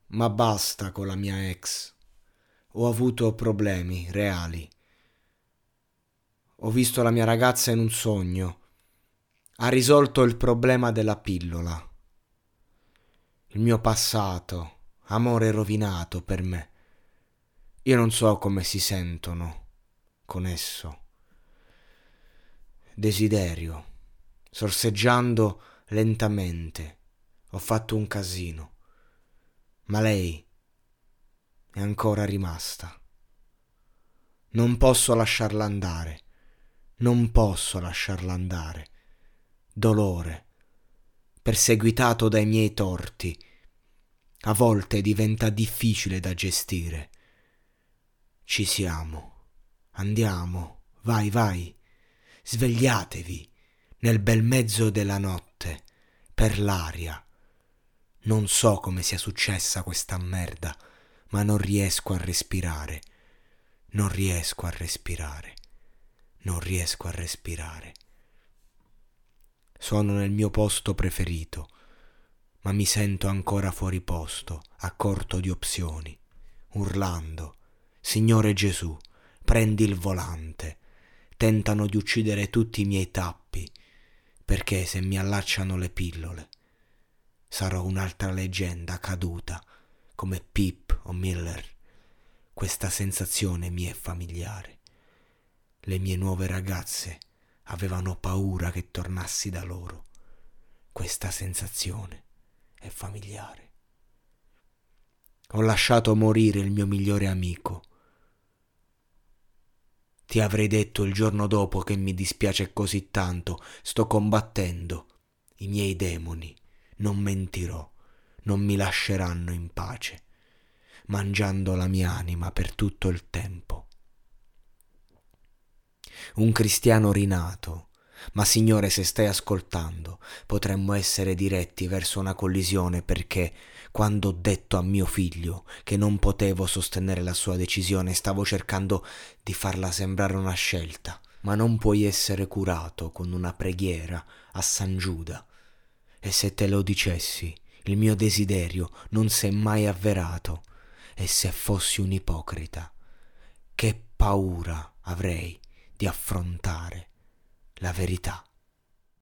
Ma basta con la mia ex. Ho avuto problemi reali. Ho visto la mia ragazza in un sogno. Ha risolto il problema della pillola. Il mio passato, amore rovinato per me. Io non so come si sentono con esso. Desiderio, sorseggiando lentamente. Ho fatto un casino. Ma lei è ancora rimasta. Non posso lasciarla andare. Non posso lasciarla andare. Dolore, perseguitato dai miei torti, a volte diventa difficile da gestire. Ci siamo. Andiamo. Vai, vai. Svegliatevi nel bel mezzo della notte, per l'aria. Non so come sia successa questa merda, ma non riesco a respirare. Non riesco a respirare. Non riesco a respirare. Sono nel mio posto preferito, ma mi sento ancora fuori posto, a corto di opzioni, urlando: Signore Gesù, prendi il volante. Tentano di uccidere tutti i miei tappi, perché se mi allacciano le pillole sarò un'altra leggenda caduta, come Pip o Miller. Questa sensazione mi è familiare. Le mie nuove ragazze avevano paura che tornassi da loro. Questa sensazione è familiare. Ho lasciato morire il mio migliore amico. Ti avrei detto il giorno dopo che mi dispiace così tanto, sto combattendo i miei demoni. Non mentirò, non mi lasceranno in pace, mangiando la mia anima per tutto il tempo. Un cristiano rinato. Ma Signore, se stai ascoltando, potremmo essere diretti verso una collisione, perché quando ho detto a mio figlio che non potevo sostenere la sua decisione, stavo cercando di farla sembrare una scelta. Ma non puoi essere curato con una preghiera a San Giuda. E se te lo dicessi, il mio desiderio non s'è mai avverato. E se fossi un ipocrita, che paura avrei di affrontare la verità.